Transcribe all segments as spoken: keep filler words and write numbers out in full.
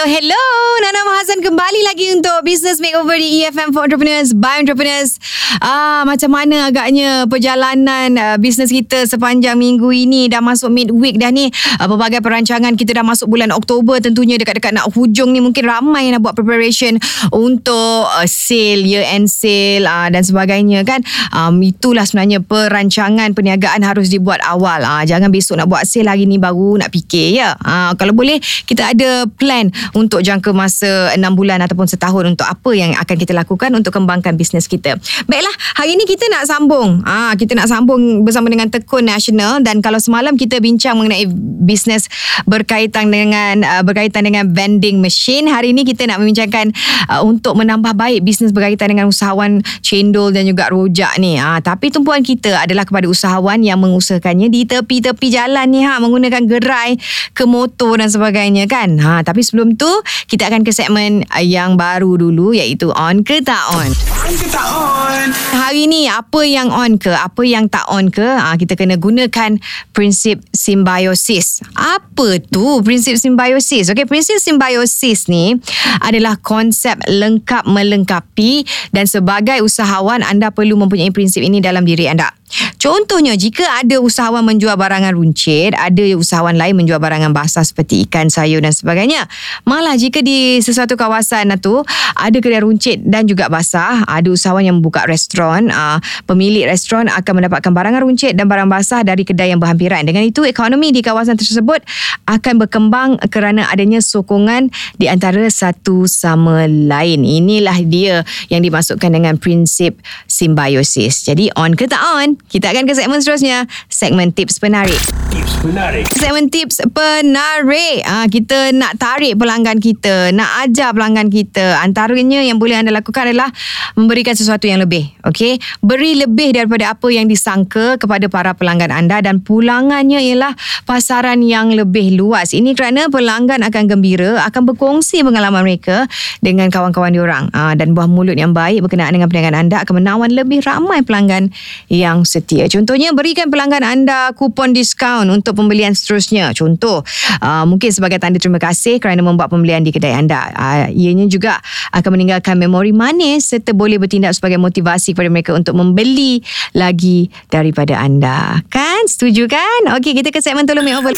Hello, hello. Nana Mahazan kembali lagi untuk Business Makeover di E F M for Entrepreneurs by Entrepreneurs. Ah, macam mana agaknya perjalanan uh, bisnes kita sepanjang minggu ini? Dah masuk midweek dah ni. Uh, pelbagai perancangan kita dah masuk bulan Oktober, tentunya dekat-dekat nak hujung ni mungkin ramai nak buat preparation untuk uh, sale, year end sale uh, dan sebagainya kan. Um, itulah sebenarnya perancangan perniagaan harus dibuat awal. Uh, jangan besok nak buat sale, hari ni baru nak fikir ya. Uh, kalau boleh kita ada plan untuk jangka masa enam bulan ataupun setahun untuk apa yang akan kita lakukan untuk kembangkan bisnes kita. Baiklah, hari ini kita nak sambung. Ah, kita nak sambung bersama dengan Tekun Nasional, dan kalau semalam kita bincang mengenai bisnes berkaitan dengan uh, berkaitan dengan vending machine, hari ini kita nak membincangkan uh, untuk menambah baik bisnes berkaitan dengan usahawan cendol dan juga rojak ni. Ah, tapi tumpuan kita adalah kepada usahawan yang mengusahakannya di tepi-tepi jalan ni ha, menggunakan gerai ke motor dan sebagainya kan. Ha, tapi sebelum tu kita akan ke segmen yang baru dulu, iaitu On ke Tak On. On ke Tak On. Hari ni apa yang on ke, apa yang tak on ke, ha, kita kena gunakan prinsip simbiosis. Apa tu prinsip simbiosis? Okey, prinsip simbiosis ni adalah konsep lengkap melengkapi, dan sebagai usahawan anda perlu mempunyai prinsip ini dalam diri anda. Contohnya, jika ada usahawan menjual barangan runcit, ada usahawan lain menjual barangan basah seperti ikan, sayur dan sebagainya. Malah jika di sesuatu kawasan tu ada kedai runcit dan juga basah, ada usahawan yang membuka restoran, uh, pemilik restoran akan mendapatkan barangan runcit dan barang basah dari kedai yang berhampiran. Dengan itu, ekonomi di kawasan tersebut akan berkembang kerana adanya sokongan di antara satu sama lain. Inilah dia yang dimasukkan dengan prinsip simbiosis. Jadi, on ke tak on? Kita akan ke segmen seterusnya, segmen tips penarik. Tips penarik. Segmen tips penarik. Ha, kita nak tarik pelanggan kita, nak ajar pelanggan kita. Antaranya yang boleh anda lakukan adalah memberikan sesuatu yang lebih. Okey, beri lebih daripada apa yang disangka kepada para pelanggan anda, dan pulangannya ialah pasaran yang lebih luas. Ini kerana pelanggan akan gembira, akan berkongsi pengalaman mereka dengan kawan-kawan diorang. Ha, dan buah mulut yang baik berkenaan dengan perniagaan anda akan menawan lebih ramai pelanggan yang setia. Contohnya, berikan pelanggan anda kupon diskaun untuk pembelian seterusnya. Contoh, uh, mungkin sebagai tanda terima kasih kerana membuat pembelian di kedai anda. Uh, ianya juga akan meninggalkan memori manis serta boleh bertindak sebagai motivasi kepada mereka untuk membeli lagi daripada anda. Kan? Setuju kan? Okey, kita ke segmen Tolong Makeover.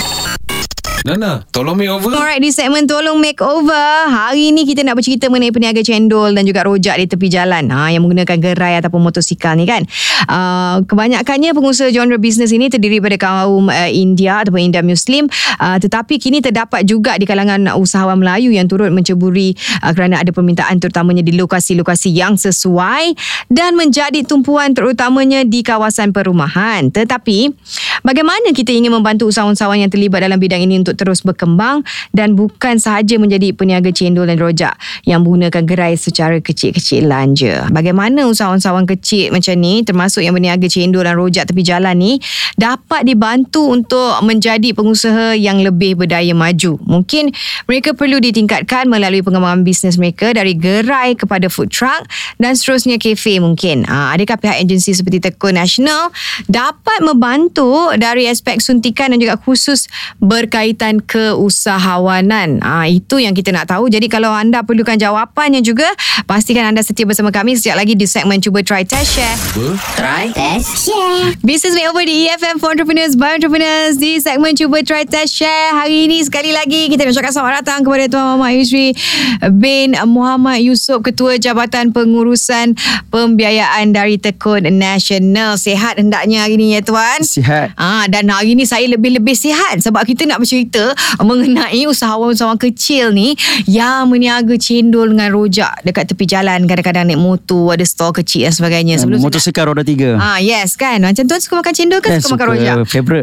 Nana, tolong makeover. Alright, di segmen Tolong Makeover, hari ni kita nak bercerita mengenai peniaga cendol dan juga rojak di tepi jalan, ha, yang menggunakan gerai ataupun motosikal ni kan. Uh, kebanyakannya pengusaha genre bisnes ini terdiri pada kaum uh, India ataupun India Muslim, uh, tetapi kini terdapat juga di kalangan usahawan Melayu yang turut menceburi uh, kerana ada permintaan terutamanya di lokasi-lokasi yang sesuai dan menjadi tumpuan terutamanya di kawasan perumahan. Tetapi bagaimana kita ingin membantu usahawan-usahawan yang terlibat dalam bidang ini untuk terus berkembang dan bukan sahaja menjadi peniaga cendol dan rojak yang menggunakan gerai secara kecil-kecilan je. Bagaimana usahawan-usahawan kecil macam ni, termasuk yang berniaga cendol dan rojak tepi jalan ni, dapat dibantu untuk menjadi pengusaha yang lebih berdaya maju? Mungkin mereka perlu ditingkatkan melalui pengembangan bisnes mereka dari gerai kepada food truck dan seterusnya kafe mungkin. Ha, adakah pihak agensi seperti Tekun Nasional dapat membantu dari aspek suntikan dan juga khusus berkaitan keusahawanan? Ha, itu yang kita nak tahu. Jadi kalau anda perlukan jawapannya juga, pastikan anda setia bersama kami sejak lagi di segmen Cuba Try Test Share. Cuba Try Test Share. Business Makeover di E F M for Entrepreneurs by Entrepreneurs. Di segmen Cuba Try Test Share hari ini, sekali lagi kita nak cakap selamat datang kepada Tuan Muhammad Yusri bin Muhammad Yusof, Ketua Jabatan Pengurusan Pembiayaan dari Tekun Nasional. Sihat hendaknya hari ini ya Tuan? Sihat. Ah, dan hari ini saya lebih-lebih sihat sebab kita nak bercerita mengenai usahawan-usahawan kecil ni yang berniaga cendol dengan rojak dekat tepi jalan. Kadang-kadang naik motor, ada store kecil dan sebagainya. Sebelum motosikal roda tiga. Ah, yes kan. Macam Tuan suka makan cendol ke eh, suka, suka makan rojak? Favorite.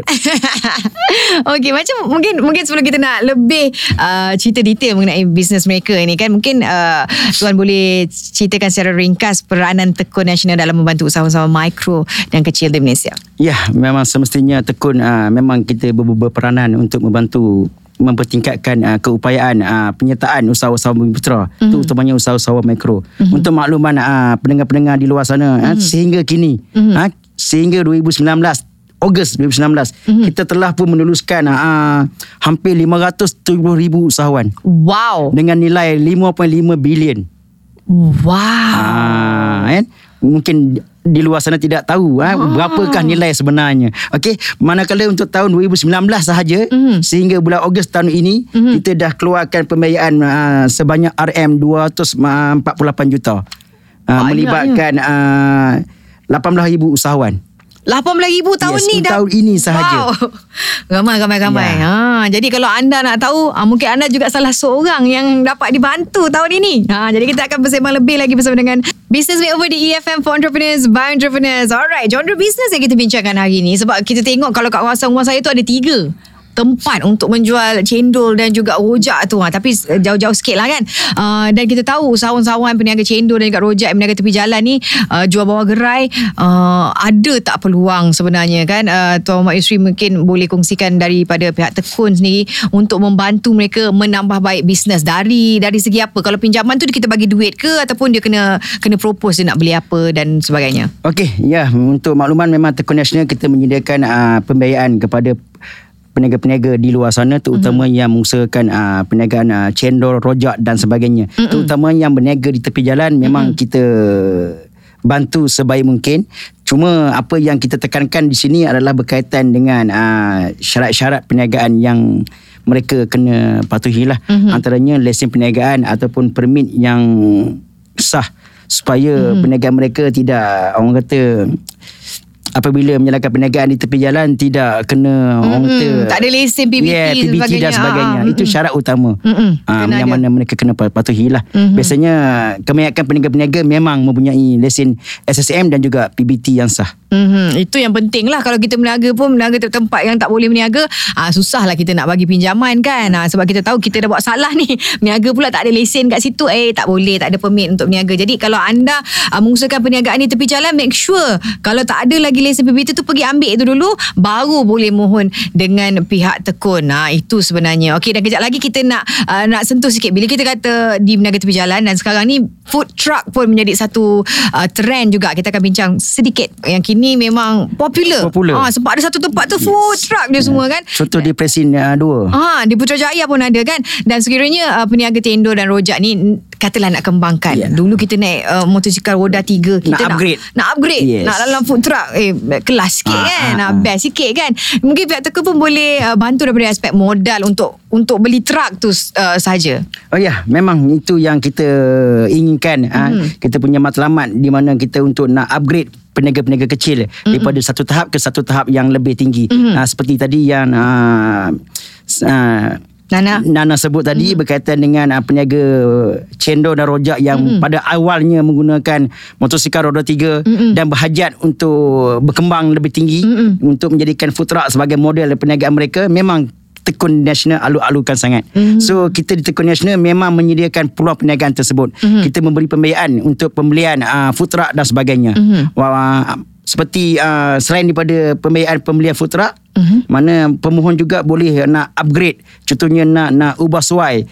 Okey, macam mungkin mungkin sebelum kita nak lebih uh, cerita detail mengenai bisnes mereka ni kan, mungkin uh, Tuan boleh ceritakan secara ringkas peranan Tekun Nasional dalam membantu usahawan-usahawan mikro dan kecil di Malaysia. Ya, memang semestinya Tekun uh, memang kita berperanan untuk membantu mempertingkatkan uh, keupayaan uh, penyertaan usahawan-usahawan bumi putera, mm-hmm. terutamanya usahawan-usahawan mikro. Mm-hmm. Untuk makluman uh, pendengar-pendengar di luar sana, mm-hmm. uh, sehingga kini, mm-hmm. uh, sehingga dua ribu sembilan belas Ogos dua ribu sembilan belas, mm-hmm. kita telah pun menuluskan uh, hampir lima ratus tujuh puluh ribu usahawan. Wow. Dengan nilai lima perpuluhan lima bilion. Wow. Ah, kan? Mungkin di luar sana tidak tahu ah. ha, berapakah nilai sebenarnya. Okey, manakala untuk tahun dua ribu sembilan belas sahaja, mm-hmm. sehingga bulan Ogos tahun ini, mm-hmm. kita dah keluarkan pembiayaan uh, sebanyak R M dua ratus empat puluh lapan juta. Uh, melibatkan uh, lapan belas ribu usahawan. lapan belas ribu tahun yes, ni dah. Tahun ini sahaja. Wow. Ramai, ramai, ramai. Ya. Ha, jadi kalau anda nak tahu, ha, mungkin anda juga salah seorang yang dapat dibantu tahun ini. Ha, jadi kita akan bersembang lebih lagi bersama dengan Business Makeover di E F M for Entrepreneurs by Entrepreneurs. Alright, genre business yang kita bincangkan hari ni. Sebab kita tengok kalau kat kawasan rumah saya tu ada tiga tempat untuk menjual cendol dan juga rojak tu ha. Tapi jauh-jauh sikit lah kan. uh, Dan kita tahu usahawan-usahawan peniaga cendol dan juga rojak yang berniaga tepi jalan ni, uh, jual bawah gerai, uh, ada tak peluang sebenarnya kan? uh, Tuan Muhammad Yusri mungkin boleh kongsikan daripada pihak Tekun sendiri untuk membantu mereka menambah baik bisnes dari dari segi apa? Kalau pinjaman tu kita bagi duit ke, ataupun dia kena kena propose dia nak beli apa dan sebagainya? Okey, ya, untuk makluman memang Tekun Nasional kita menyediakan uh, pembiayaan kepada peniaga-peniaga di luar sana, terutama mm-hmm. yang mengusahakan uh, perniagaan uh, cendol, rojak dan sebagainya. Mm-hmm. Terutama yang berniaga di tepi jalan, memang mm-hmm. kita bantu sebaik mungkin. Cuma apa yang kita tekankan di sini adalah berkaitan dengan uh, syarat-syarat perniagaan yang mereka kena patuhilah. Mm-hmm. Antaranya lesen perniagaan ataupun permit yang sah, supaya mm-hmm. perniagaan mereka tidak, orang kata, apabila menjalankan perniagaan di tepi jalan tidak kena mm-hmm. orang kata tak ada lesen P B T, yeah, P B T sebagainya. dan sebagainya. Ah, itu mm-hmm. syarat utama mm-hmm. ah, yang ada. mana mereka kena patuhilah. Mm-hmm. Biasanya kebanyakan peniaga-peniaga memang mempunyai lesen S S M dan juga P B T yang sah. Mm-hmm. Itu yang penting lah. Kalau kita berniaga pun, berniaga tempat yang tak boleh berniaga, ah, susah lah kita nak bagi pinjaman kan. ah, Sebab kita tahu kita dah buat salah ni. Berniaga pula tak ada lesen kat situ, Eh tak boleh, tak ada permit untuk berniaga. Jadi kalau anda ah, mengusahakan perniagaan di tepi jalan, make sure kalau tak ada lagi lesen P B T tu, pergi ambil itu dulu, baru boleh mohon dengan pihak Tekun. Ha, itu sebenarnya. Okey, dan kejap lagi kita nak uh, nak sentuh sikit. Bila kita kata di berniaga tepi jalan, dan sekarang ni food truck pun menjadi satu uh, trend juga. Kita akan bincang sedikit. Yang kini memang popular. Popular. Ha, sebab ada satu tempat tu food yes. truck dia yeah. semua kan. Contoh di Presin uh, dua. Ha, di Putrajaya pun ada kan. Dan sekiranya uh, peniaga tendor dan rojak ni katalah nak kembangkan. Yeah. Dulu kita naik uh, motosikal roda tiga, kita nak upgrade. Nak, nak upgrade. Yes. Nak dalam food truck eh kelas sikit ah, kan. Ah, ah. Best sikit kan. Mungkin pihak Tekun pun boleh uh, bantu daripada aspek modal untuk untuk beli truck tu uh, saja. Oh ya, memang itu yang kita inginkan. Mm-hmm. uh, kita punya matlamat di mana kita untuk nak upgrade peniaga-peniaga kecil mm-hmm. daripada satu tahap ke satu tahap yang lebih tinggi. Mm-hmm. uh, seperti tadi yang uh, uh, Nana Nana sebut tadi mm-hmm. berkaitan dengan uh, peniaga cendol dan rojak yang mm-hmm. pada awalnya menggunakan motosikal roda tiga mm-hmm. dan berhajat untuk berkembang lebih tinggi mm-hmm. untuk menjadikan food truck sebagai model perniagaan mereka. Memang Tekun Nasional alu-alukan sangat. Mm-hmm. So kita di Tekun Nasional memang menyediakan peluang perniagaan tersebut. Mm-hmm. Kita memberi pembiayaan untuk pembelian uh, food truck dan sebagainya. Mm-hmm. Uh, seperti uh, selain daripada pembiayaan pembelian food truck, mm-hmm. mana pemohon juga boleh nak upgrade, contohnya nak nak ubah suai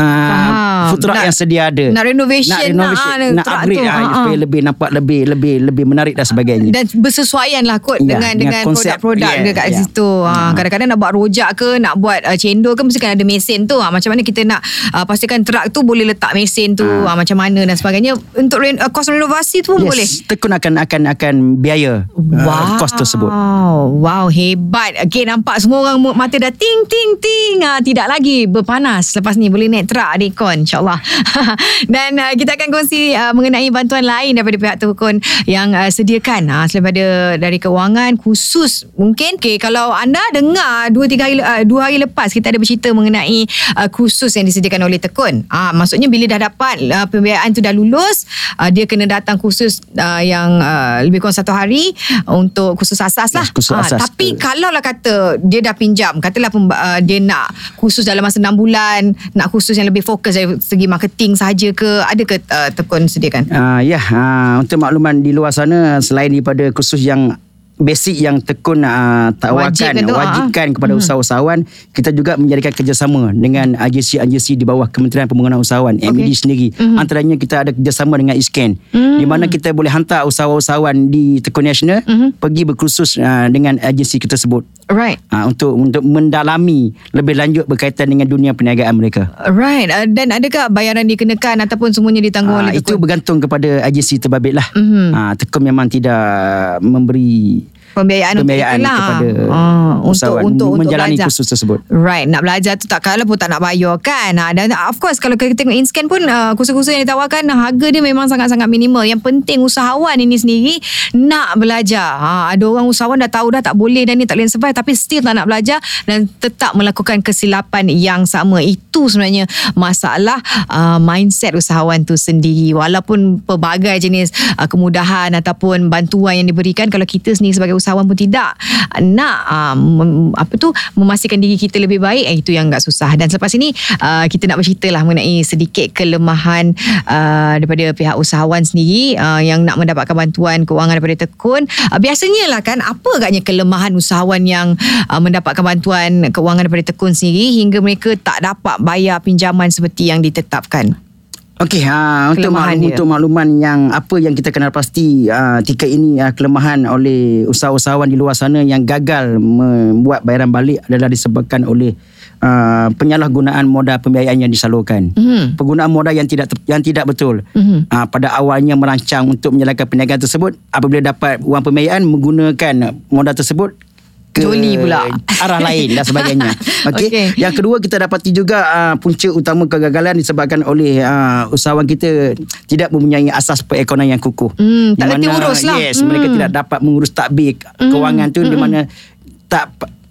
uh, food truck nak, yang sedia ada, nak renovation, nak, renovation, nak, nak upgrade tu, uh, supaya lebih nampak lebih lebih lebih menarik dan sebagainya, dan bersesuaian lah kot ya, dengan dengan, dengan produk-produk yeah, dekat yeah. situ. Ha, kadang-kadang nak buat rojak ke, nak buat uh, cendol ke, mesti kan ada mesin tu. Ha, macam mana kita nak uh, pastikan truck tu boleh letak mesin tu, uh. ha, macam mana dan sebagainya. Untuk re- uh, kos renovasi tu pun yes, boleh. Tekun akan akan akan biaya wow. uh, kos tersebut. Wow, hebat. Okay, nampak semua orang mata dah ting ting ting. Ha, tidak lagi berpanas. Lepas ni boleh naik truck Dekon, insyaAllah. Dan uh, kita akan kongsi uh, mengenai bantuan lain daripada pihak Tekun yang uh, sediakan uh, selain daripada dari kewangan khusus. Mungkin okay, kalau anda dengar dua tiga hari uh, dua hari lepas kita ada bercerita mengenai uh, kursus yang disediakan oleh Tekun. Uh, maksudnya bila dah dapat uh, pembiayaan tu dah lulus, uh, dia kena datang kursus uh, yang uh, lebih kurang satu hari untuk kursus asas lah. Kursus asas. Uh, tapi kalau lah kata dia dah pinjam, katalah uh, dia nak kursus dalam masa enam bulan, nak kursus yang lebih fokus dari segi marketing sahaja ke, ada ke uh, Tekun sediakan? Uh, ya, uh, untuk makluman di luar sana, selain daripada kursus yang basic yang Tekun uh, tawarkan, Wajib itu, wajibkan ah. kepada Hmm. usahawan, kita juga menjadikan kerjasama dengan agensi-agensi di bawah Kementerian Pembangunan Usahawan, M E D sendiri. Mhm. Antaranya kita ada kerjasama dengan iScan, Hmm. di mana kita boleh hantar usahawan-usahawan di Tekun Nasional Mhm. pergi berkursus uh, dengan agensi tersebut. Right. Uh, untuk untuk mendalami lebih lanjut berkaitan dengan dunia perniagaan mereka. Right. Uh, dan adakah bayaran dikenakan ataupun semuanya ditanggung Ah, oleh itu Tekun? bergantung kepada agensi terbabit lah. Mhm. Ah, Tekun memang tidak memberi Pembiayaan, pembiayaan untuk itulah. kepada Ah, untuk usahawan untuk untuk menjalani belajar. kursus tersebut. Right, nak belajar tu tak kalah pun tak nak bayar kan. Ha, dan of course kalau kita tengok InScan pun uh, kursus-kursus yang ditawarkan harga dia memang sangat-sangat minimal. Yang penting usahawan ini sendiri nak belajar. Ha, ada orang usahawan dah tahu dah tak boleh dan ni tak boleh survive tapi still tak nak belajar dan tetap melakukan kesilapan yang sama. Itu sebenarnya masalah uh, mindset usahawan tu sendiri. Walaupun pelbagai jenis uh, kemudahan ataupun bantuan yang diberikan, kalau kita sendiri sebagai usahawan pun tidak nak uh, mem, apa tu memastikan diri kita lebih baik, eh, itu yang agak susah. Dan selepas ini uh, kita nak bercerita lah mengenai sedikit kelemahan uh, daripada pihak usahawan sendiri uh, yang nak mendapatkan bantuan kewangan daripada Tekun. Uh, biasanya lah kan, apa agaknya kelemahan usahawan yang uh, mendapatkan bantuan kewangan daripada Tekun sendiri hingga mereka tak dapat bayar pinjaman seperti yang ditetapkan? Okey, ha, untuk, Kelemahan maklum, dia. untuk makluman yang apa yang kita kenal pasti uh, ketika ini uh, kelemahan oleh usahawan di luar sana yang gagal membuat bayaran balik adalah disebabkan oleh uh, penyalahgunaan modal pembiayaan yang disalurkan. Mhm. Penggunaan modal yang tidak yang tidak betul. Mhm. Uh, pada awalnya merancang untuk menjalankan perniagaan tersebut, apabila dapat wang pembiayaan menggunakan modal tersebut ke Joli pula. arah lain dan sebagainya. Okey. Okey. Yang kedua, kita dapati juga uh, punca utama kegagalan disebabkan oleh uh, usahawan kita tidak mempunyai asas perekonomian yang kukuh. Hmm, Di tak reti mana, urus lah. Yes, Hmm. mereka tidak dapat mengurus tadbir kewangan tu, di mana tak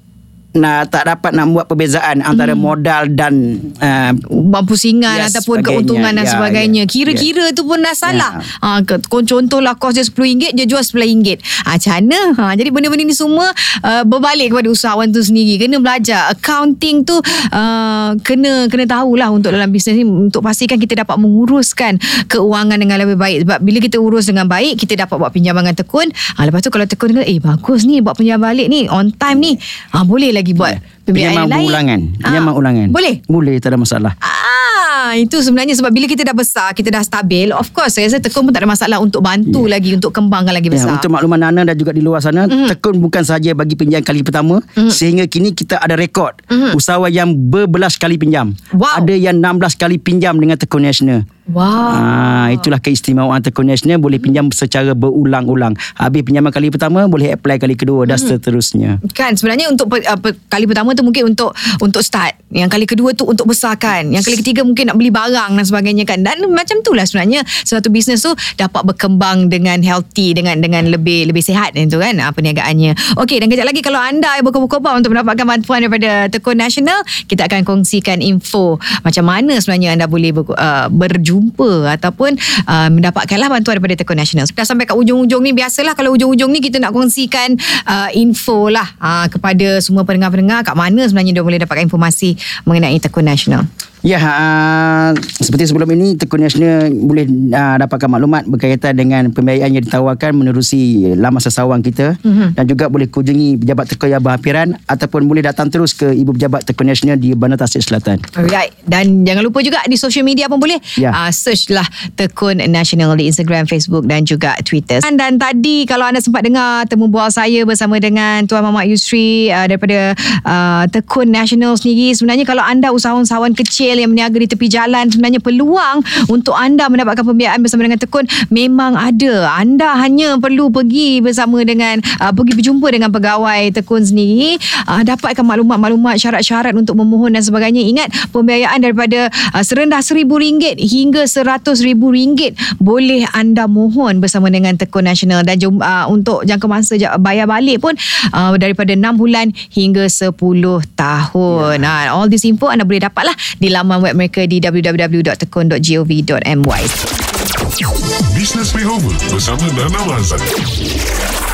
nah, tak dapat nak buat perbezaan antara modal dan uh, Bang pusingan Yes, ataupun sebagainya. keuntungan dan Ya, sebagainya. ya. Kira-kira tu pun dah salah. Ya. Ha, ke- contohlah kos dia sepuluh ringgit, dia jual sepuluh ringgit. Ha, macam mana? Ha, jadi benda-benda ni semua uh, berbalik kepada usahawan tu sendiri. Kena belajar. Accounting tu uh, kena kena tahulah untuk dalam bisnes ni, untuk pastikan kita dapat menguruskan keuangan dengan lebih baik. Sebab bila kita urus dengan baik, kita dapat buat pinjaman dengan Tekun. Ha, lepas tu kalau Tekun kata, eh bagus ni buat pinjaman balik ni, on time ni. Ha, boleh lagi buat pembiayaan pinjaman yang lain. berulangan. Pinjaman Ah, ulangan. Boleh? Boleh, tak ada masalah. Ah, itu sebenarnya sebab bila kita dah besar, kita dah stabil, of course saya rasa Tekun pun tak ada masalah untuk bantu yeah. lagi, untuk kembangkan lagi Ya, besar. untuk makluman Nana dan juga di luar sana, mm-hmm. Tekun bukan sahaja bagi pinjam kali pertama, mm-hmm. sehingga kini kita ada rekod mm-hmm. usahawan yang berbelas kali pinjam. Wow. Ada yang enam belas kali pinjam dengan Tekun Nasional. Wow. Ah, itulah keistimewaan Tekun Nasional, boleh pinjam secara berulang-ulang. Habis pinjaman kali pertama, boleh apply kali kedua dan Mm-hmm. seterusnya. Kan sebenarnya untuk uh, kali pertama tu mungkin untuk untuk start, yang kali kedua tu untuk besarkan, yang kali ketiga mungkin nak beli barang dan sebagainya kan. Dan macam itulah sebenarnya satu bisnes tu dapat berkembang dengan healthy, dengan dengan lebih lebih sihat itu kan, uh, perniagaannya. Okey, dan kejap lagi kalau anda berkobar-kobar untuk mendapatkan bantuan daripada Tekun Nasional, kita akan kongsikan info macam mana sebenarnya anda boleh ber, uh, berjumpa ataupun uh, mendapatkanlah bantuan daripada Tekun Nasional. Dah sampai kat ujung-ujung ni, biasalah kalau ujung-ujung ni kita nak kongsikan uh, info lah uh, kepada semua pendengar-pendengar kat mana sebenarnya dia boleh dapatkan informasi mengenai Tekun Nasional. Ya, uh, seperti sebelum ini Tekun Nasional boleh uh, dapatkan maklumat berkaitan dengan pembiayaan yang ditawarkan menerusi laman sesawang kita, mm-hmm. dan juga boleh kunjungi pejabat Tekun yang berhampiran ataupun boleh datang terus ke Ibu Pejabat Tekun Nasional di Bandar Tasik Selatan. Alright, dan jangan lupa juga di social media pun boleh. Ya. Uh, search lah Tekun Nasional di Instagram, Facebook dan juga Twitter. Dan, dan tadi kalau anda sempat dengar temu bual saya bersama dengan Tuan Mamat Yusri uh, daripada uh, Tekun Nasional sendiri, sebenarnya kalau anda usahawan-usahawan kecil yang berniaga di tepi jalan, sebenarnya peluang untuk anda mendapatkan pembiayaan bersama dengan Tekun memang ada. Anda hanya perlu pergi bersama dengan uh, pergi berjumpa dengan pegawai Tekun sendiri, uh, dapatkan maklumat-maklumat, syarat-syarat untuk memohon dan sebagainya. Ingat, pembiayaan daripada uh, serendah seribu ringgit hingga seratus ribu ringgit boleh anda mohon bersama dengan Tekun Nasional. Dan jum, uh, untuk jangka masa bayar balik pun uh, daripada enam bulan hingga sepuluh tahun. Yeah. Uh, all this info anda boleh dapatlah di laman web mereka di w w w dot tekun dot gov dot my. Business Makeover bersama Nana Mazan.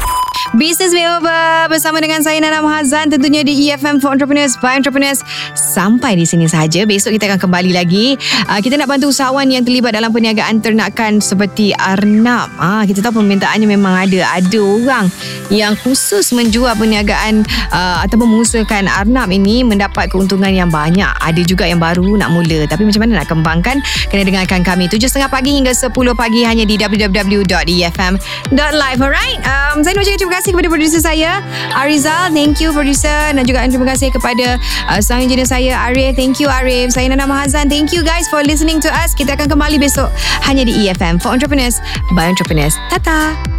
Business Makeover bersama dengan saya Nana Mahazan, tentunya di E F M for Entrepreneurs by Entrepreneurs. Sampai di sini saja. Besok kita akan kembali lagi. Uh, kita nak bantu usahawan yang terlibat dalam perniagaan ternakan seperti Arnab. Ah, kita tahu permintaannya memang ada. Ada orang yang khusus menjual perniagaan uh, ataupun mengusahakan Arnab ini mendapat keuntungan yang banyak. Ada juga yang baru nak mula, tapi macam mana nak kembangkan? Kena dengarkan kami tujuh tiga puluh pagi hingga sepuluh pagi hanya di w w w dot e f m dot live. Alright, um, saya nak ucapkan terima kasih kepada producer saya Arizal, thank you producer, dan juga terima kasih kepada uh, sang engineer saya Arif. Thank you Arif. Saya Nana Mahazan. Thank you guys for listening to us. Kita akan kembali besok hanya di E F M for Entrepreneurs by Entrepreneurs. Tata.